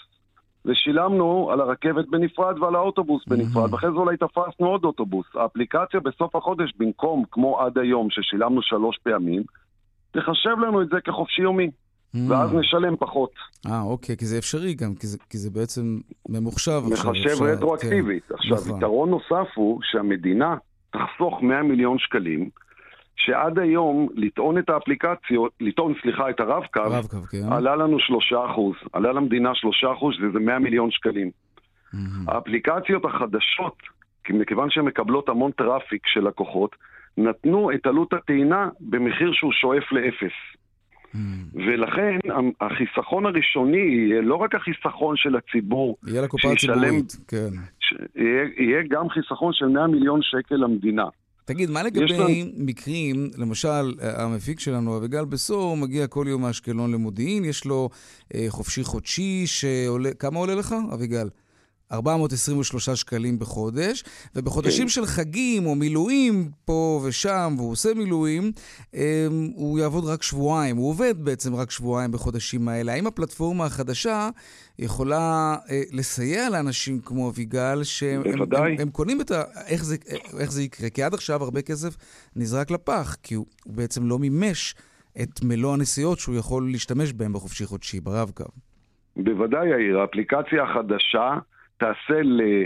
ושילמנו על הרכבת בנפרד ועל האוטובוס בנפרד, ואחרי זה אולי תפסנו עוד אוטובוס. האפליקציה בסוף החודש, במקום כמו עד היום ששילמנו שלוש פעמים, תחשב לנו את זה כחופשי יומי, ואז נשלם פחות. אה, אוקיי, כי זה אפשרי גם, כי זה, כי זה בעצם ממוחשב. מחשב רטרואקטיבית. כן. עכשיו, נכון. יתרון נוסף הוא שהמדינה תחסוך מאה מיליון שקלים, שעד היום לטעון את האפליקציות, לטעון, סליחה, את הרב-קו, הרב-קו, כן. עלה לנו שלושה אחוז. עלה למדינה שלושה אחוז, וזה מאה מיליון שקלים. Mm-hmm. האפליקציות החדשות, מכיוון שהן מקבלות המון טראפיק של לקוחות, נתנו את עלות הטעינה במחיר שהוא שואף לאפס. Mm-hmm. ולכן, החיסכון הראשוני יהיה לא רק החיסכון של הציבור, יהיה לקופה הציבורית, כן. ש... יהיה, יהיה גם חיסכון של מאה מיליון שקל למדינה. תגיד, מה לגבי לנו... מקרים, למשל, המפיק שלנו, אביגל בשור, מגיע כל יום מאשקלון למודיעין, יש לו אה, חופשי חודשי, שעולה, כמה עולה לך, אביגל? ארבע מאות עשרים ושלושה שקלים בחודש, ובחודשים של חגים או מילואים פה ושם, והוא עושה מילואים, הוא יעבוד רק שבועיים. הוא עובד בעצם רק שבועיים בחודשים האלה. האם הפלטפורמה החדשה יכולה לסייע לאנשים כמו אביגל, שהם הם, הם, הם קונים את ה... איך זה, איך זה יקרה? כי עד עכשיו הרבה כסף נזרק לפח, כי הוא בעצם לא מימש את מלוא הנסיעות שהוא יכול להשתמש בהם בחופשי חודשי, ברב-קו. בוודאי, יאיר, האפליקציה החדשה תעשה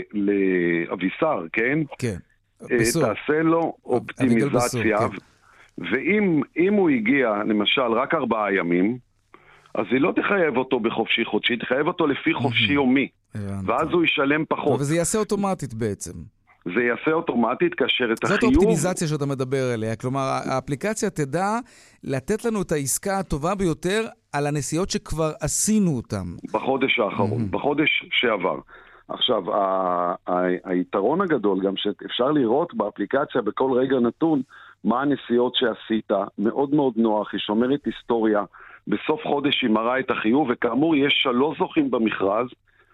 לאבישר, כן? כן. תעשה לו אופטימיזציה, ואם הוא הגיע, למשל, רק ארבעה ימים, אז היא לא תחייב אותו בחופשי חודשי, תחייב אותו לפי חופשי יומי, ואז הוא ישלם פחות. וזה יעשה אוטומטית בעצם. זה יעשה אוטומטית כאשר את החיוב... זאת האופטימיזציה שאתה מדבר עליה, כלומר, האפליקציה תדע לתת לנו את העסקה הטובה ביותר על הנסיעות שכבר עשינו אותם. בחודש האחרון, בחודש שעבר. עכשיו, היתרון הגדול גם שאפשר לראות באפליקציה בכל רגע נתון מה הנסיעות שעשית, מאוד מאוד נוח, היא שומרת היסטוריה, בסוף חודש היא מראה את החיוב, וכאמור יש שלוש זוכים במכרז,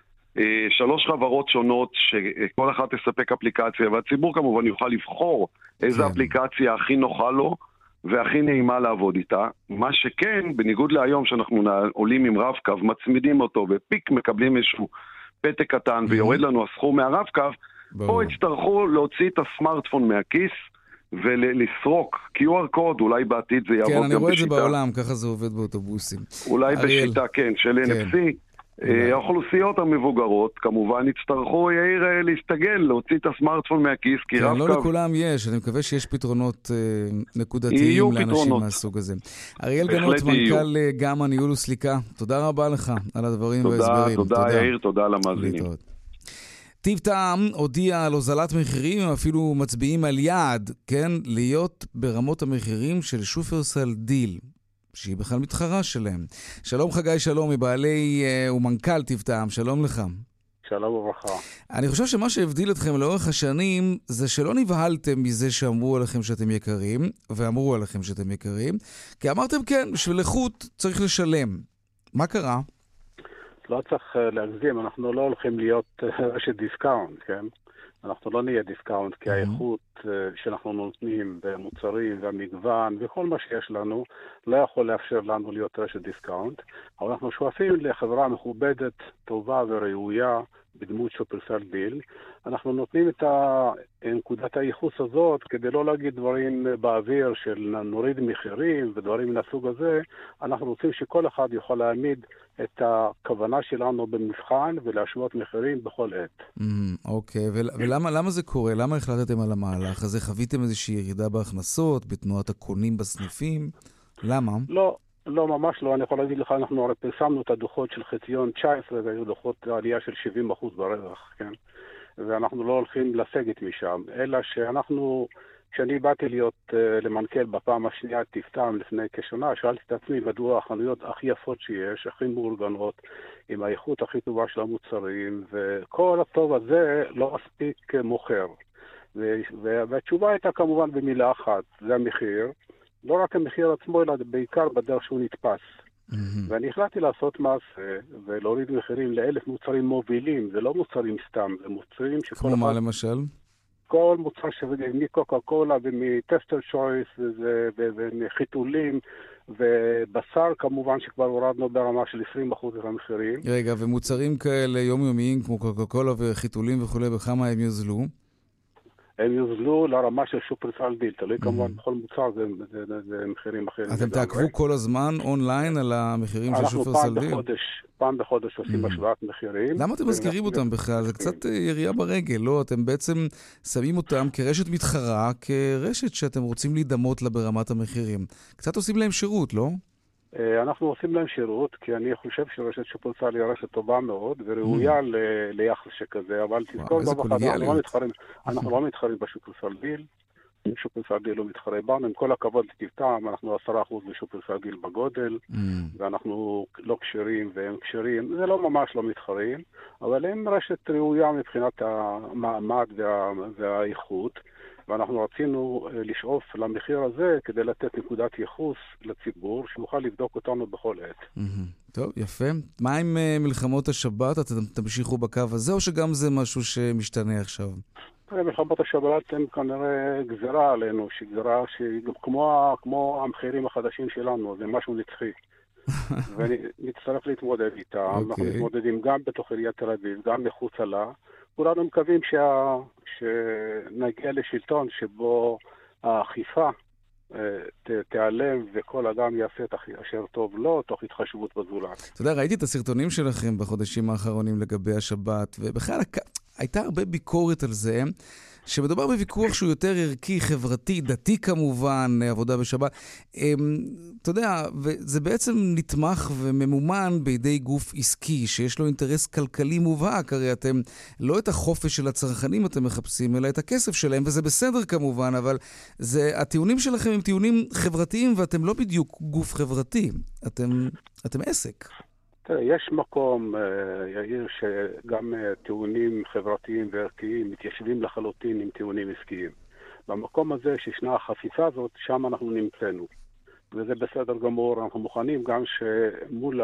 שלוש חברות שונות שכל אחת תספק אפליקציה, והציבור כמובן יוכל לבחור איזה אפליקציה הכי נוחה לו והכי נעימה לעבוד איתה. מה שכן, בניגוד להיום שאנחנו עולים עם רב-קו, מצמידים אותו ופיק מקבלים איזשהו פתק קטן ויורד לנו הסכום מהרב-קו, פה יצטרכו להוציא את הסמארטפון מהכיס ולסרוק קיו אר קוד, אולי בעתיד זה יעבוד גם בשיטה. כן, אני רואה את זה בעולם, ככה זה עובד באוטובוסים. אולי בשיטה, כן, של אן אף סי. האוכלוסיות המבוגרות כמובן יצטרכו יאיר להסתגל, להוציא את הסמארטפון מהכיס, כי רב-קו... לא לכולם יש, אני מקווה שיש פתרונות נקודתיים לאנשים מהסוג הזה. אריאל גנות, מנכ"ל גמא ניהול וסליקה, תודה רבה לך על הדברים וההסברים. תודה, תודה יאיר, תודה למאזינים. טיב טעם הודיע על הוזלת מחירים, הם אפילו מצביעים על יעד, כן, להיות ברמות המחירים של שופרסל דיל. שהיא בכלל מתחרה שלהם. שלום חגי שלום, מבעלי uh, ומנכ"ל טיב טעם, שלום לך. שלום וברכה. אני חושב שמה שהבדיל אתכם לאורך השנים, זה שלא נבהלתם מזה שאמרו עליכם שאתם יקרים, ואמרו עליכם שאתם יקרים, כי אמרתם כן, בשביל איכות צריך לשלם. מה קרה? לא צריך להגזים, אנחנו לא הולכים להיות רשת דיסקאונט, כן? אנחנו לא נהיה דיסקאונט, כי האיכות שאנחנו נותנים במוצרים והמגוון וכל מה שיש לנו לא יכול לאפשר לנו להיות רשת דיסקאונט, אבל אנחנו שואפים לחברה מכובדת, טובה וראויה בדמות שופרסל דיל. אנחנו נותנים את נקודת הייחוס הזאת כדי לא להגיד דברים באוויר של נוריד מחירים ודברים מהסוג הזה. אנחנו רוצים שכל אחד יכול להעמיד את הכוונה שלנו במבחן ולהשוות מחירים בכל עת. אוקיי, ולמה למה זה קורה? למה החלטתם על המהלך הזה? חוויתם איזושהי ירידה בהכנסות, בתנועת הקונים בסניפים? למה? לא. לא, ממש לא. אני יכול להגיד לך, אנחנו הרי פרסמנו את הדוחות של חציון תשע עשרה, והיו דוחות עלייה של שבעים אחוז ברווח, כן? ואנחנו לא הולכים לסגת משם, אלא שאנחנו, כשאני באתי להיות uh, למנכ"ל בפעם השנייה טיב טעם לפני כשנה, שאלתי את עצמי מדוע החנויות הכי יפות שיש, הכי מאורגנות, עם האיכות הכי טובה של המוצרים, וכל הטוב הזה לא מספיק מוכר. והתשובה הייתה כמובן במילה אחת, זה המחיר. לא רק המחיר עצמו, אלא בעיקר בדרך שהוא נתפס. Mm-hmm. ואני החלטתי לעשות מעשה ולהוריד מחירים לאלף מוצרים מובילים, זה לא מוצרים סתם, זה מוצרים שכל כמו מה למשל? כל מוצר מקוקה קולה ומטסטר שויס ומחיתולים ובשר כמובן שכבר הורדנו ברמה של עשרים אחוז המחירים. רגע, ומוצרים כאלה יומיומיים כמו קוקה קולה וחיתולים וכו', בכמה הם יוזלו? הם יוזלו לרמה של שופרסל דיל, תלוי כמובן בכל מוצר זה מחירים אחרים. אתם תעקבו כל הזמן אונליין על המחירים של שופרסל דיל? אנחנו פעם בחודש עושים השוואת מחירים. למה אתם מזכירים אותם בכלל? זה קצת ירייה ברגל, לא? אתם בעצם שמים אותם כרשת מתחרה, כרשת שאתם רוצים להידמות לה ברמת המחירים. קצת עושים להם שירות, לא? אנחנו עושים להם שירות, כי אני חושב שרשת שופרסל היא רשת טובה מאוד, וראויה ליחס שכזה, אבל תזכור דבר אחד, אנחנו לא מתחרים בשופרסל דיל, שופרסל דיל לא מתחרה בנו, עם כל הכבוד לטיב טעם, אנחנו עשרה אחוז לשופרסל דיל בגודל, ואנחנו לא קשרים והם קשרים, זה לא ממש לא מתחרים, אבל הם רשת ראויה מבחינת המעמד והאיכות, ואנחנו רצינו לשאוף למחיר הזה כדי לתת נקודת ייחוס לציבור, שיוכל לבדוק אותנו בכל עת. טוב, יפה. מה עם מלחמות השבת? אתם תמשיכו בקו הזה, או שגם זה משהו שמשתנה עכשיו? מלחמות השבת הן כנראה גזרה עלינו, שגזרה שהיא כמו, כמו המחירים החדשים שלנו, זה משהו נצחי. ונצטרך להתמודד איתה. Okay. אנחנו מתמודדים גם בתוך עיריית תל אביב, גם מחוצה לה. כולנו מקווים שה... שנגיע לשלטון שבו האכיפה ת... תיעלם וכל אדם יעשה את אשר טוב לו, תוך התחשבות בזולת. אתה יודע, ראיתי את הסרטונים שלכם בחודשים האחרונים לגבי השבת, ובכלל הייתה הרבה ביקורת על זה, שמדובר בוויכוח שהוא יותר ערכי, חברתי, דתי כמובן, עבודה בשבת. אתה יודע, וזה בעצם נתמך וממומן בידי גוף עסקי, שיש לו אינטרס כלכלי מובהק, הרי אתם לא את החופש של הצרכנים אתם מחפשים, אלא את הכסף שלהם, וזה בסדר כמובן, אבל זה, הטיעונים שלכם הם טיעונים חברתיים, ואתם לא בדיוק גוף חברתי, אתם, אתם עסק. יש מקום, יאיר, שגם טיעונים חברתיים וערכיים מתיישבים לחלוטין עם טיעונים עסקיים. במקום הזה שישנה החפיפה הזאת, שם אנחנו נמצאנו. וזה בסדר גמור, אנחנו מוכנים גם שמול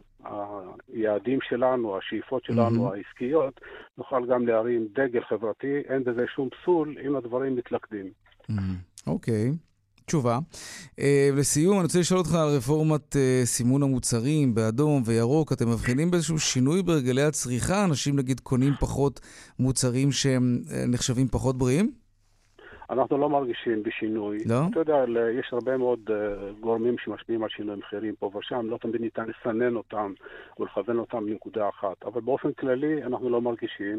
היעדים שלנו, השאיפות שלנו, mm-hmm. העסקיות, נוכל גם להרים דגל חברתי, אין בזה שום פסול אם הדברים מתלכדים. אוקיי. Mm-hmm. Okay. תשובה. Uh, לסיום, אני רוצה לשאול אותך על רפורמת uh, סימון המוצרים באדום וירוק. אתם מבחינים באיזשהו שינוי ברגלי הצריכה? אנשים נגיד קונים פחות מוצרים שהם uh, נחשבים פחות בריאים? אנחנו לא מרגישים בשינוי. לא? אתה יודע, יש הרבה מאוד uh, גורמים שמשפיעים על שינוי מחירים פה ושם, לא תמיד ניתן לסנן אותם ולכוון אותם לנקודה אחת. אבל באופן כללי אנחנו לא מרגישים.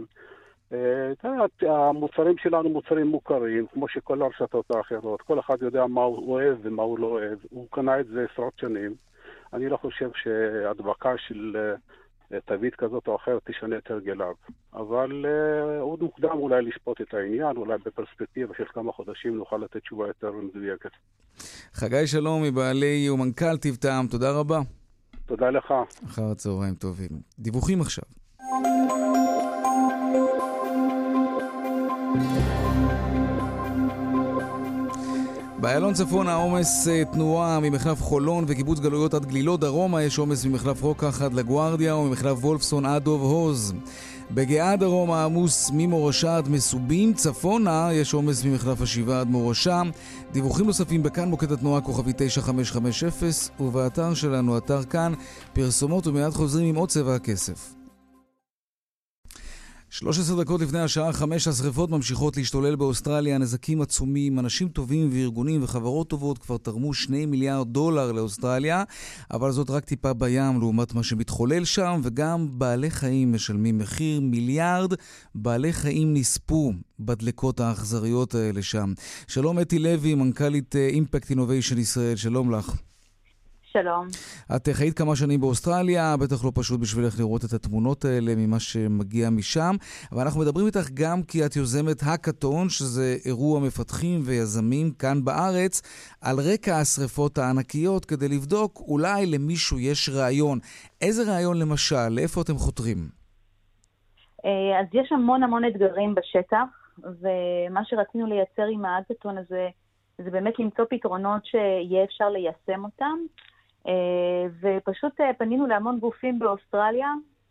Uh, המוצרים שלנו מוצרים מוכרים, כמו שכל הרשתות האחרות. כל אחד יודע מה הוא אוהב ומה הוא לא אוהב. הוא קנה את זה עשרות שנים. אני לא חושב שהדבקה של uh, תווית כזאת או אחרת תשנה את הרגליו. אבל uh, עוד מוקדם אולי לשפוט את העניין, אולי בפרספקטיבה של כמה חודשים נוכל לתת תשובה יותר מדויקת. חגי שלום, מבעלי ומנכ"ל טיב טעם, תודה רבה. תודה לך. אחר הצהריים טובים. דיווחים עכשיו. באיילון צפון העומס תנועה ממחלף חולון וקיבוץ גלויות עד גלילות, דרומה יש עומס ממחלף רוקח עד לגוארדיה וממחלף וולפסון עד דוב הוז. בגאה דרומה עמוס ממורשה עד מסובים, צפונה יש עומס ממחלף השבעה עד מורשה. דיווחים נוספים בכאן מוקד התנועה כוכבי תשע חמש חמש אפס ובאתר שלנו, אתר כאן, פרסומות ומיד חוזרים עם עוד צבע הכסף. שלוש עשרה דקות לפני השעה חמש, השריפות ממשיכות להשתולל באוסטרליה, נזקים עצומים, אנשים טובים וארגונים וחברות טובות כבר תרמו שני מיליארד דולר לאוסטרליה, אבל זאת רק טיפה בים לעומת מה שמתחולל שם, וגם בעלי חיים משלמים מחיר. מיליארד בעלי חיים נספו בדלקות האכזריות האלה שם. שלום אתי לוי, מנכ"לית אימפקט אינוביישן ישראל, שלום לך. שלום. את חיית כמה שנים באוסטרליה, בטח לא פשוט בשבילך לראות את התמונות האלה ממה שמגיע משם, אבל אנחנו מדברים איתך גם כי את יוזמת הקטון, שזה אירוע מפתחים ויזמים כאן בארץ, על רקע השריפות הענקיות, כדי לבדוק אולי למישהו יש רעיון. איזה רעיון למשל? לאיפה אתם חותרים? אז יש המון המון אתגרים בשטח, ומה שרצינו לייצר עם הקטון הזה, זה באמת למצוא פתרונות שיהיה אפשר ליישם אותם, ופשוט פנינו להמון גופים באוסטרליה,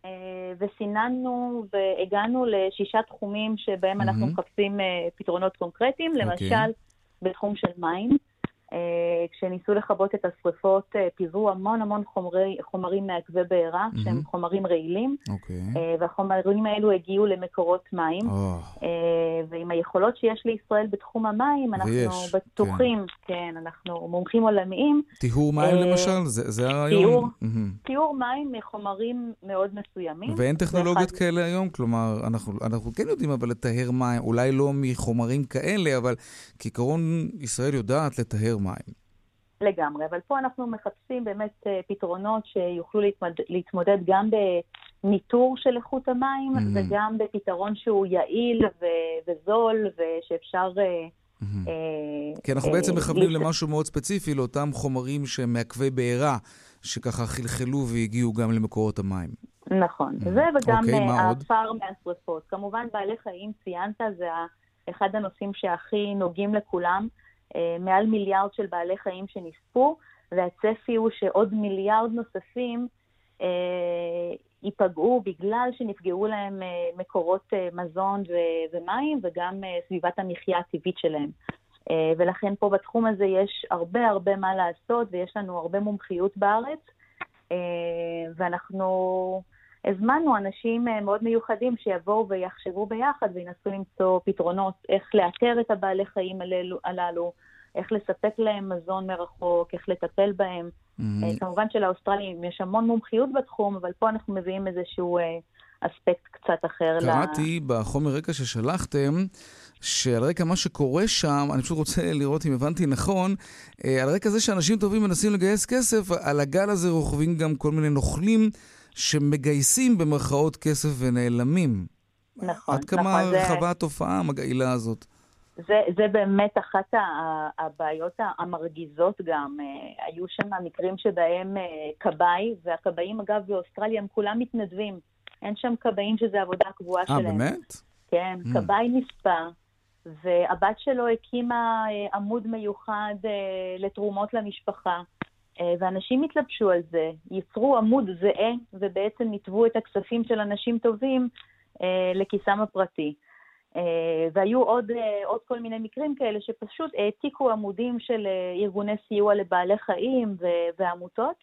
וסיננו והגענו לשישה תחומים שבהם אנחנו מחפשים פתרונות קונקרטיים, למשל בתחום של מים, כשניסו לחבות את השריפות, פיזרו המון המון חומרי, חומרים מעכבי בעירה, mm-hmm. שהם חומרים רעילים, okay. והחומרים האלו הגיעו למקורות מים, oh. ועם היכולות שיש לישראל בתחום המים, אנחנו ויש, בטוחים, כן. כן, אנחנו מומחים עולמיים. טיהור מים למשל? זה, זה הרעיון? טיהור, mm-hmm. טיהור מים מחומרים מאוד מסוימים. ואין טכנולוגיות ואחד... כאלה היום? כלומר, אנחנו, אנחנו כן יודעים אבל לטהר מים, אולי לא מחומרים כאלה, אבל כעיקרון ישראל יודעת לטהר מים. לגמרי, אבל פה אנחנו מחפשים באמת פתרונות שיוכלו להתמד... להתמודד גם בניטור של איכות המים, mm-hmm. וגם בפתרון שהוא יעיל ו- וזול, ושאפשר... Mm-hmm. אה, כי אנחנו אה, בעצם מכוונים לת... למשהו מאוד ספציפי, לאותם חומרים שמעכבי בעירה, שככה חלחלו והגיעו גם למקורות המים. נכון, mm-hmm. זה וגם okay, העפר מהשריפות. כמובן בעלי חיים ציינת, זה ה... אחד הנושאים שהכי נוגעים לכולם, מעל מיליארד של בעלי חיים שנספו, והצפי הוא שעוד מיליארד נוספים ייפגעו בגלל שנפגעו להם מקורות מזון ומים, וגם סביבת המחיה הטבעית שלהם. ולכן פה בתחום הזה יש הרבה הרבה מה לעשות, ויש לנו הרבה מומחיות בארץ, ואנחנו הזמנו אנשים מאוד מיוחדים שיבואו ויחשבו ביחד וינסו למצוא פתרונות איך לאתר את הבעלי חיים הללו, איך לספק להם מזון מרחוק, איך לטפל בהם. Mm-hmm. כמובן שלאוסטרלים יש המון מומחיות בתחום, אבל פה אנחנו מביאים איזשהו אספקט קצת אחר. קראתי לה... בחומר רקע ששלחתם, שעל רקע מה שקורה שם, אני פשוט רוצה לראות אם הבנתי נכון, על רקע זה שאנשים טובים מנסים לגייס כסף, על הגל הזה רוכבים גם כל מיני נוכלים שמגייסים במרכאות כסף ונעלמים. נכון. עד כמה נכון, רחבה זה... התופעה המגעילה הזאת? זה, זה באמת אחת הבעיות המרגיזות גם. היו שם מקרים שבהם קבאי, והקבאים אגב באוסטרליה הם כולם מתנדבים. אין שם קבאים שזה עבודה קבועה שלהם. אה, באמת? כן, mm. קבאי נספה, והבת שלו הקימה עמוד מיוחד לתרומות למשפחה, ואנשים התלבשו על זה, יצרו עמוד זהה, ובעצם ניתבו את הכספים של אנשים טובים לכיסם הפרטי. והיו עוד, עוד כל מיני מקרים כאלה שפשוט העתיקו עמודים של ארגוני סיוע לבעלי חיים ועמותות,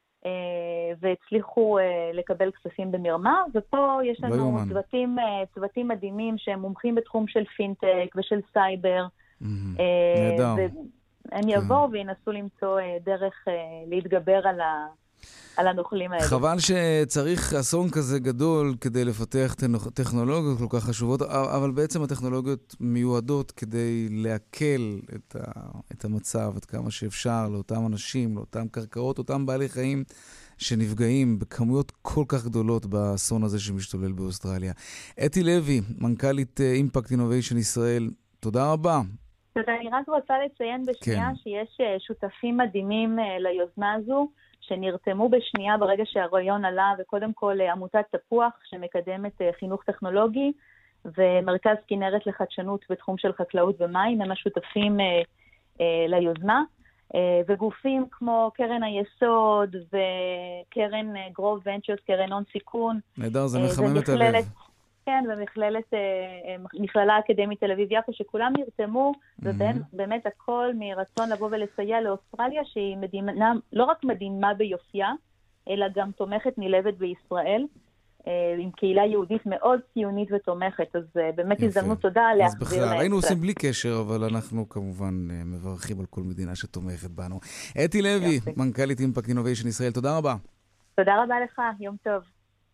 והצליחו לקבל כספים במרמה, ופה יש לנו צוותים, צוותים מדהימים שהם מומחים בתחום של פינטק ושל סייבר. נהדר. הם יבואו וינסו למצוא דרך להתגבר על ה... על הנוכלים האלה. חבל שצריך אסון כזה גדול כדי לפתח טכנולוגיות כל כך חשובות, אבל בעצם הטכנולוגיות מיועדות כדי להקל את, ה, את המצב, עד כמה שאפשר, לאותם אנשים, לאותם קרקעות, אותם בעלי חיים שנפגעים בכמויות כל כך גדולות באסון הזה שמשתולל באוסטרליה. אתי לוי, מנכ"לית אימפקט אינוביישן ישראל, תודה רבה. תודה, אני רק רוצה לציין בשנייה כן. שיש שותפים מדהימים ליוזמה הזו, שנרתמו בשנייה ברגע שהרעיון עלה, וקודם כל עמותת תפוח שמקדמת חינוך טכנולוגי, ומרכז כנרת לחדשנות בתחום של חקלאות ומים, הם השותפים אה, אה, ליוזמה, אה, וגופים כמו קרן היסוד וקרן גרוב ונצ'רס, קרן הון סיכון. נהדר, זה מחמם את הלב. כן, ומכללת, מכללה אקדמית תל אביב יפו, שכולם נרתמו, ובאמת הכל מרצון לבוא ולסייע לאוסטרליה, שהיא מדינה, לא רק מדהימה ביופייה, אלא גם תומכת נלבת בישראל, עם קהילה יהודית מאוד ציונית ותומכת, אז באמת הזדמנות תודה להחזיר להם. היינו עושים בלי קשר, אבל אנחנו כמובן מברכים על כל מדינה שתומכת בנו. אתי לוי, מנכ"לית אימפקט אינוביישן ישראל, תודה רבה. תודה רבה לך, יום טוב.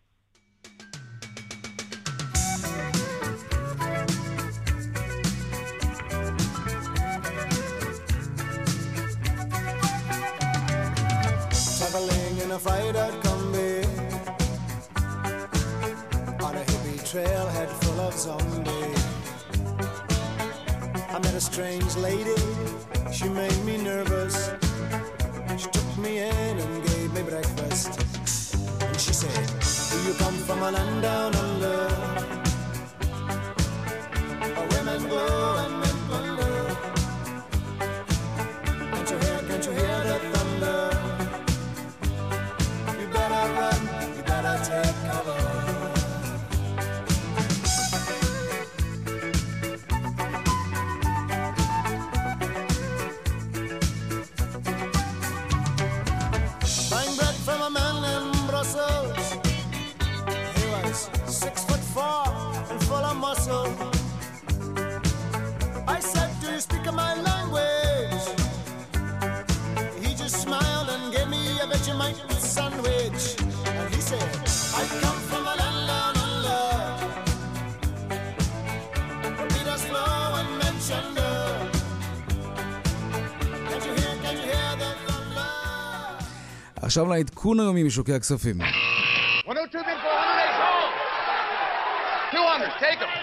Traveling in a fighter combi on a hippie trailhead full of zombies. I met a strange lady, she made me nervous. She took me in and gave me breakfast. And she said, do you come from a land down under, where women glow and men wonder? Can't you hear, can't you hear the thunder? Take cover. Buying bread from a man in Brussels. He was six foot four and full of muscle. I said, do you speak my language? He just smiled and gave me a Vegemite sandwich. And he said, I come from a land down under, where Peter's flow and mentioned. Can't you hear, can't you hear the thunder? עכשיו לעדכון היומי משוקי הכספים. one oh two bid for one hundred. two hundred, take them.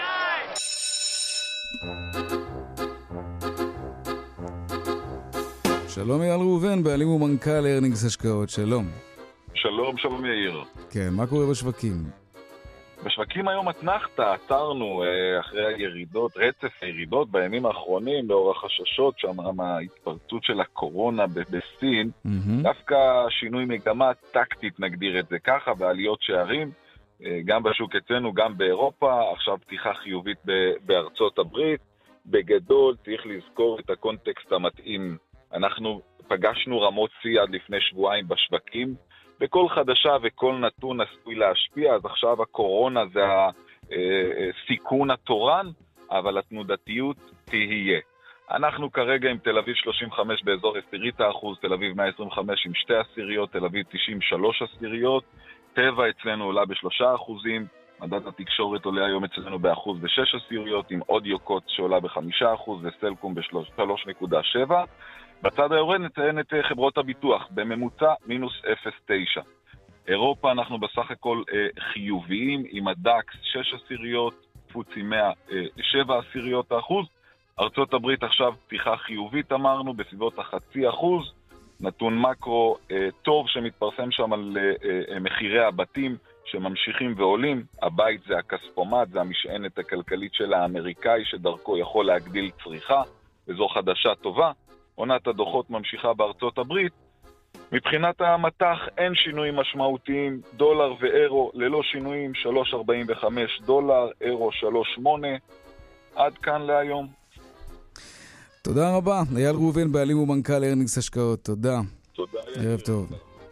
שלום אייל ראובן, בעלים ומנכ"ל ארנינגס השקעות, שלום. שלום, שלום יאיר. כן, מה קורה בשווקים? בשווקים היום אתנחתא, עצרנו אחרי הירידות, רצף הירידות בימים האחרונים, לאור החששות שם מההתפרצות של הקורונה בסין, mm-hmm. דווקא שינוי מגמה טקטית, נגדיר את זה ככה, בעליות שערים, גם בשוק אצלנו, גם באירופה, עכשיו פתיחה חיובית בארצות הברית. בגדול צריך לזכור את הקונטקסט המתאים. אנחנו פגשנו רמות שיא עד לפני שבועיים בשווקים, בכל חדשה וכל נתון עשוי להשפיע, אז עכשיו הקורונה זה הסיכון התורן, אבל התנודתיות תהיה. אנחנו כרגע עם תל אביב שלושים וחמש באזור עשירית האחוז, תל אביב מאה עשרים וחמש עם שתי עשיריות, תל אביב תשעים ושלוש עשיריות, טבע אצלנו עולה בשלושה אחוזים, מדד התקשורת עולה היום אצלנו באחוז ושש עשיריות, עם עוד יוקות שעולה בחמישה אחוז וסלקום בשלוש נקודה שבע. בצד היורד נציין את חברות הביטוח, בממוצע מינוס אפס נקודה תשע. אירופה אנחנו בסך הכל אה, חיוביים, עם הדקס שש עשיריות, פוצי מאה אה, שבע עשיריות האחוז. ארצות הברית עכשיו פתיחה חיובית אמרנו, בסביבות החצי אחוז. נתון מקרו אה, טוב שמתפרסם שם על אה, אה, מחירי הבתים שממשיכים ועולים. הבית זה הכספומט, זה המשענת הכלכלית של האמריקאי שדרכו יכול להגדיל צריכה, וזו חדשה טובה. עונת הדוחות ממשיכה בארצות הברית. מבחינת המתח אין שינויים משמעותיים, דולר ואירו ללא שינויים, שלוש ארבעים וחמש דולר, אירו שלוש שמונה. עד כאן להיום. תודה רבה. אייל ראובן, בעלים ומנכ"ל ארנינגס השקעות. תודה. תודה. ערב טוב.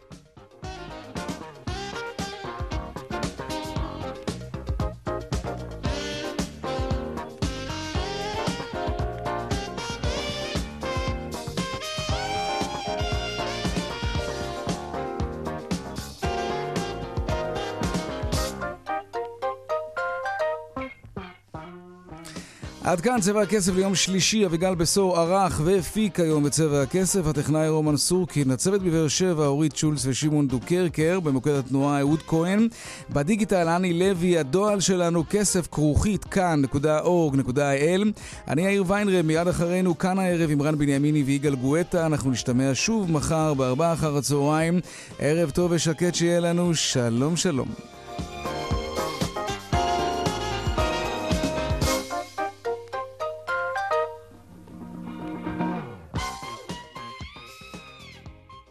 עד כאן צבע הכסף ליום שלישי. אביגל בסור ערך והפיק היום בצבע הכסף. הטכנאי רומן סורקין, הצוות בבאר שבע אורית שולץ ושימון דוקרקר, במוקד התנועה אהוד כהן, בדיגיטל אני לוי. הדואל שלנו כסף כרוכית כאן נקודה אורג נקודה איי אל. אני יאיר ויינרב, מיד אחרינו כאן הערב עם רן בנימיני ויגאל גואטה. אנחנו נשתמע שוב מחר בארבע אחר הצהריים. ערב טוב ושקט שיהיה לנו. שלום שלום.